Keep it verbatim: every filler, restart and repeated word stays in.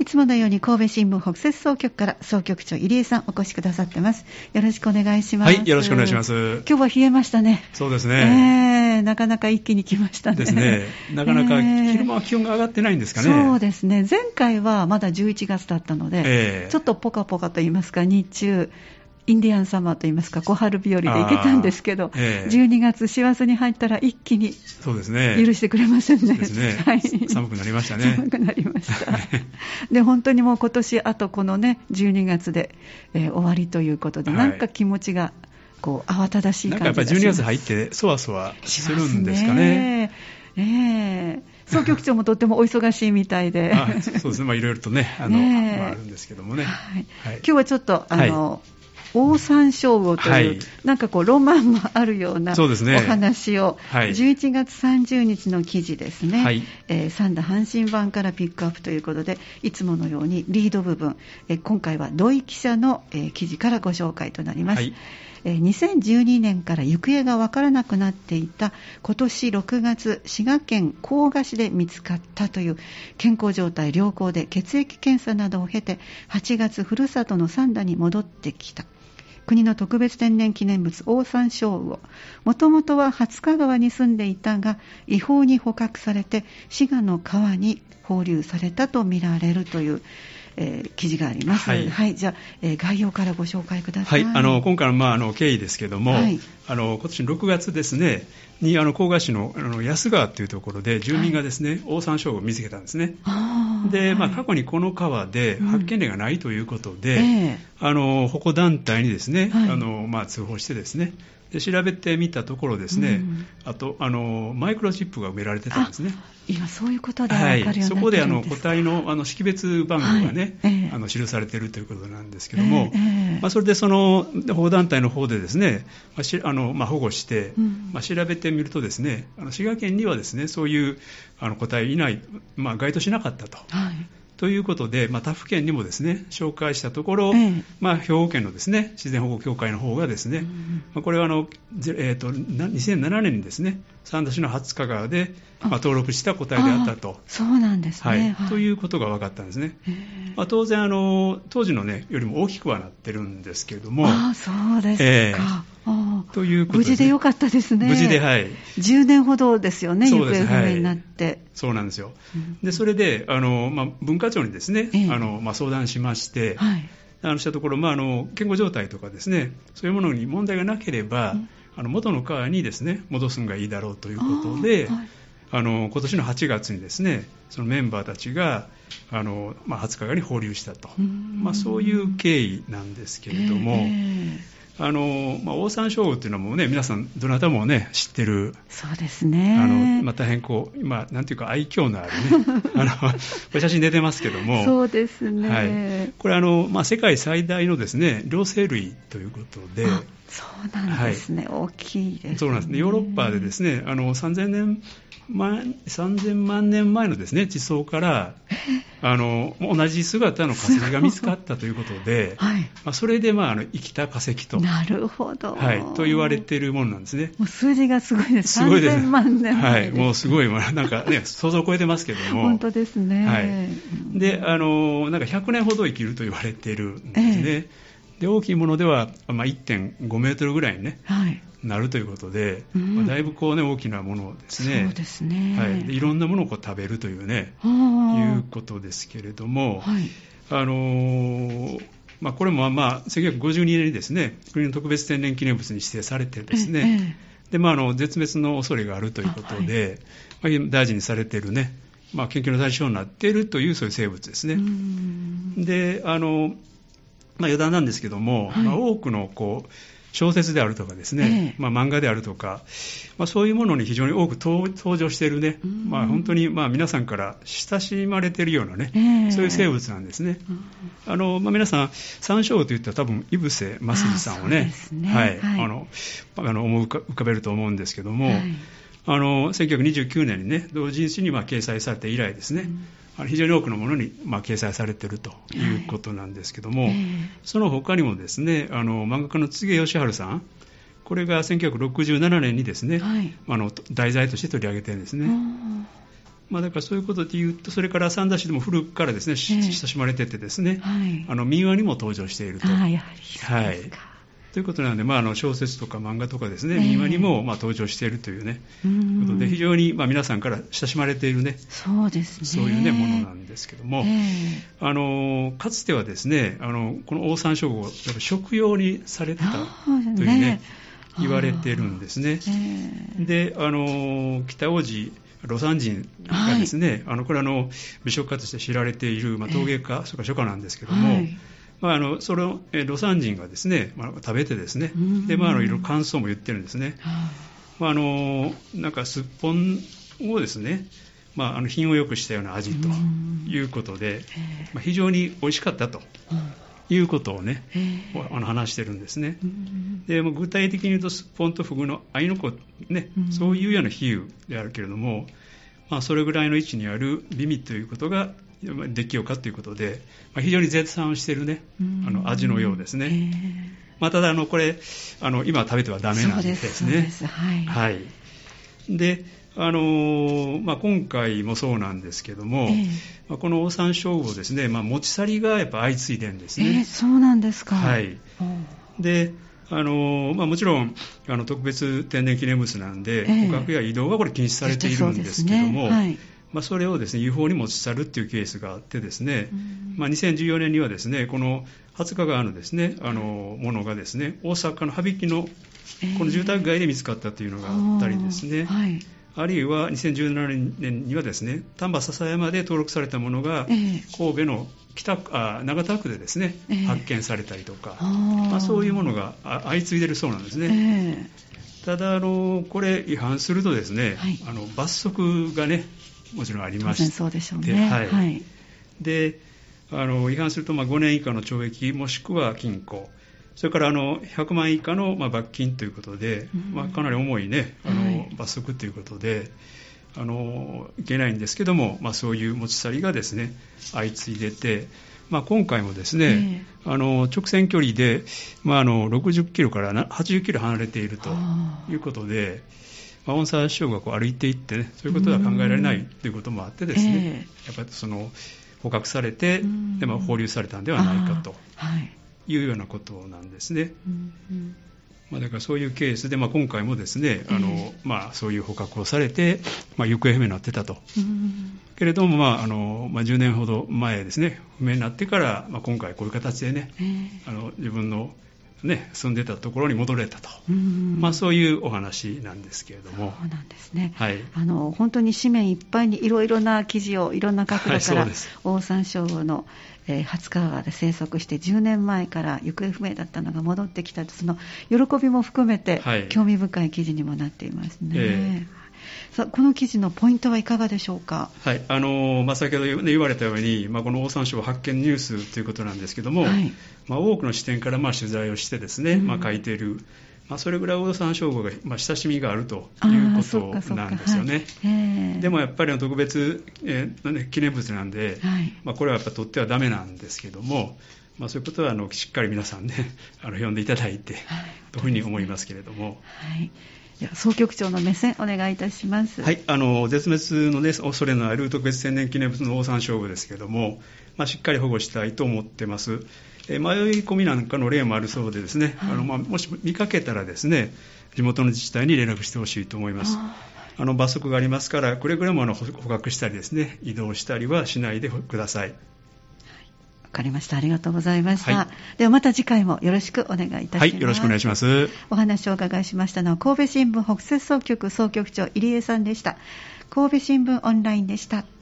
つものように神戸新聞北摂総局から総局長入江さんお越しくださってます。よろしくお願いします。 はい、よろしくお願いします。 今日は冷えましたね。 そうですね、 えー、なかなか一気に来ましたね。 ですね。なかなか昼間は気温が上がってないんですかね。 そうですね。前回はまだじゅういちがつだったので、えー、ちょっとポカポカと言いますか、日中インディアンサマーといいますか小春日和で行けたんですけど、えー、じゅうにがつ師走に入ったら一気にそうですね、 許してくれませんね。 ですね、はい、寒くなりましたね。 寒くなりましたで本当にもう今年あとこのねじゅうにがつで、えー、終わりということで、はい、なんか気持ちがこう慌ただしい感じがします。なんかやっぱりじゅうにがつ入ってそわそわするんですかね。 えー、総局長もとってもお忙しいみたいであそうですね、まあ、いろいろとねあの、ねまあ、あるんですけどもね、はいはい、今日はちょっとあの、はいオオサンショウウオという、はい、なんかこうロマンもあるようなお話を、ねはい、じゅういちがつさんじゅうにちの記事ですね、はいえー、三田阪神版からピックアップということでいつものようにリード部分、えー、今回は土井記者の、えー、記事からご紹介となります、はいえー、にせんじゅうにねんから行方が分からなくなっていた今年ろくがつ滋賀県甲賀市で見つかったという健康状態良好で血液検査などを経てはちがつふるさとの三田に戻ってきた国の特別天然記念物オオサンショウウオ。もともとは廿日川に住んでいたが違法に捕獲されて滋賀の川に放流されたとみられるという、えー、記事があります、はいはい、じゃあ、えー、概要からご紹介ください。 はい、あの今回の、まあ、あの経緯ですけども、はい、あの今年のろくがつですねにあの甲賀市 の, あの安川というところで住民がですね、はい、オオサンショウウオを見つけたんですね。で、まあ、過去にこの川で発見例がないということで、うんえー、あの保護団体にですね、はいあのまあ、通報してですねで調べてみたところですね、うん、あとあのマイクロチップが埋められてたんですね。 今そういうことで分かるようになってるんですか。 はい、そこであの個体 の, あの識別番号がね、はいえー、あの記されているということなんですけども、えーまあ、それでその保護団体の方でですね、まあしあのまあ、保護して、うんまあ、調べてみるとですねあの滋賀県にはですねそういうあの個体いない、まあ、該当しなかったと。はいということで、まあ、他府県にもですね紹介したところ、ええまあ、兵庫県のですね自然保護協会の方がですね、うんまあ、これはあの、えー、とにせんななねんにですね三田市の廿日川で、まあ、登録した個体であったと。 そうなんですね、 はいはい、 ということが分かったんですね。まあ、当然あの当時の、ね、よりも大きくはなってるんですけれども。 あそうですか、えーということですね、 無事でよかったですね。 無事で、はい、 じゅうねんほどですよね、行方不明になって、はい、 そうなんですよ。でそれであの、まあ、文化庁にですね、ええあのまあ、相談しまして、はい、あのしたところ、まあ、あの健康状態とかですねそういうものに問題がなければ、うん、あの元の川にですね戻すのがいいだろうということで、はい、あの今年のはちがつにですねそのメンバーたちがあの、まあ、廿日川に放流したと、まあ、そういう経緯なんですけれども、えーあのまあ、オオサンショウウオというのはもう、ね、皆さんどなたも、ね、知ってる。 そうですね。 あの、まあ、大変こう今なんていうか愛嬌のあるねあのこれ写真出てますけどもそうですね、 はい、これあの、まあ、世界最大のですね両生類ということで。 あそうなんですね、はい、大きいですね。 そうなんですね。ヨーロッパでですねあのさんぜんねんまんさんぜんまんねんまえのですね地層からあの同じ姿の化石が見つかったということで、はいまあ、それで、まあ、あの生きた化石となるほど、 はい、と言われているものなんですね。 もう数字がすごいです。すごいですさんぜんまんねんはい、もうすごい、まあ、なんかね想像を超えてますけども本当ですね、 はい、であのなんかひゃくねんほど生きると言われているんですね、えー、で大きいものでは、まあ、いってんごメートルぐらいに、ねはい、なるということで、うんまあ、だいぶこう、ね、大きなものですね。 そうですね、 はい、でいろんなものをこう食べるという、ね、いうことですけれども、はいあのーまあ、これも、まあ、せんきゅうひゃくごじゅうにねんにですね国の特別天然記念物に指定されてですね、ええでまあ、あの絶滅の恐れがあるということで、はいまあ、大事にされているね、まあ、研究の対象になっているというそういう生物ですね。うんであの、まあ、余談なんですけども、はいまあ、多くのこう小説であるとかですね、ええまあ、漫画であるとか、まあ、そういうものに非常に多く登場しているね、まあ、本当にまあ皆さんから親しまれているようなね、え、そういう生物なんですね。あの、まあ、皆さんサンショウウオといったら多分井伏正次さんを ね, ね、はいはい、あのあの思い浮かべると思うんですけども、はい、あのせんきゅうひゃくにじゅうきゅうねんにね同人誌にまあ掲載されて以来ですね、うん非常に多くのものに、まあ、掲載されているということなんですけども、はいえー、その他にもですねあの漫画家の柘植義治さんこれがせんきゅうひゃくろくじゅうななねんにですね、はい、あの題材として取り上げてるんですね。 まあ、だからそういうことで言うと、それから三田市でも古くからですね、えー、親しまれててですね、はい、あの民話にも登場していると。 あ、やはりそうですか。はい、 ということなので、まあ、あの小説とか漫画とかですね、民話にもまあ登場しているというね、えー、ことで、非常にまあ皆さんから親しまれているね、 そうですね、 そういうねものなんですけども、えー、あのかつてはですね、あのこのオオサンショウウオ、食用にされてたというね、ね言われているんですね。えー、で、あの北大路魯山人がですね、はい、あのこれはあの美食家として知られている、まあ、陶芸家、えー、それから書家なんですけども、はい、まあ、あのそれを魯山人がですね、まあ、食べてですね、で、まあ、あのいろいろ感想も言ってるんですね。まあ、あのなんかすっぽんをですね、まあ、あの品を良くしたような味ということで、まあ、非常に美味しかったということをね、あの話してるんですね。で、もう具体的に言うとすっぽんとフグの合いの子ね、そういうような比喩であるけれども、まあ、それぐらいの位置にある美味ということができようかということで、まあ、非常に絶賛をしているね、あの味のようですね。まあ、ただあのこれあの今食べてはダメなんですね。そうです、そうです、はい、はい、で、あのまあ、今回もそうなんですけども、えーまあ、このオオサンショウウオですね、まあ、持ち去りがやっぱ相次いでるんですね。 えー、そうなんですか。 はい。で、あのまあ、もちろんあの特別天然記念物なんで、えー、捕獲や移動はこれ禁止されているんですけども、まあ、それをですね、違法に持ち去るっていうケースがあってですね、まあ、にせんじゅうよねんにはですね、この廿日川のですね、あのものがですね、大阪の羽曳野この住宅街で見つかったというのがあったりですね、えーはい、あるいはにせんじゅうななねんにはですね、丹波篠山で登録されたものが神戸の北あ長田区でですね、えー、発見されたりとか、まあ、そういうものが相次いでいるそうなんですね。えー、ただあのこれ違反するとですね、はい、あの罰則がねもちろんありまして、当然そうでしょうね。はいはい、であの違反するとまあごねん以下の懲役もしくは禁錮、それからあのひゃくまん以下のまあ罰金ということで、うんまあ、かなり重い、ね、あの、はい、罰則ということであのいけないんですけども、まあ、そういう持ち去りがですね相次いでて、まあ、今回もですね、えー、あの直線距離で、まあ、あのろくじゅっキロからはちじゅっキロ離れているということで、まあ、オオサンショウウオがこう歩いていってね、そういうことは考えられないということもあってですね、えー、やっぱりその捕獲されて、でまあ、放流されたんではないかというようなことなんですね。うんうんまあ、だからそういうケースで、まあ、今回もですね、あの、えーまあ、そういう捕獲をされて、まあ、行方不明になってたと、うん、けれども、まああのまあ、じゅうねんほど前ですね、不明になってから、まあ、今回こういう形でね、えー、あの自分の、ね、住んでたところに戻れたと、うんまあ、そういうお話なんですけれども。 そうなんですね、はい、あの本当に紙面いっぱいにいろいろな記事をいろんな角度から、はい、オオサンショウウオのえー、廿日川で生息してじゅうねんまえから行方不明だったのが戻ってきた、その喜びも含めて興味深い記事にもなっていますね。はいえー、さあこの記事のポイントはいかがでしょうか。 はいあのーまあ、先ほど、ね、言われたように、まあ、このオオサンショウウオ発見ニュースということなんですけども、はいまあ、多くの視点からまあ取材をしてですね、うんまあ、書いている、まあ、それぐらいオオサンショウウオが、まあ、親しみがあるということなんですよね。はい、でもやっぱり特別、えーね、記念物なんで、はいまあ、これはやっぱ取ってはダメなんですけども、まあ、そういうことはあのしっかり皆さんねあの読んでいただいて、はい、というふうに思いますけれども。 はいでは総局長の目線お願いいたします。 はい、あの絶滅の、ね、恐れのある特別天然記念物のオオサンショウウオですけれども、まあ、しっかり保護したいと思ってます。え迷い込みなんかの例もあるそうでですね、はい、あのまあ、もし見かけたらですね地元の自治体に連絡してほしいと思います。あの罰則がありますから、くれぐれもあの捕獲したりですね移動したりはしないでください。 わかりました。ありがとうございました。はい、ではまた次回もよろしくお願いいたします。 はい、よろしくお願いします。 お話をお伺いしましたのは神戸新聞北摂総局総局長入江さんでした。神戸新聞オンラインでした。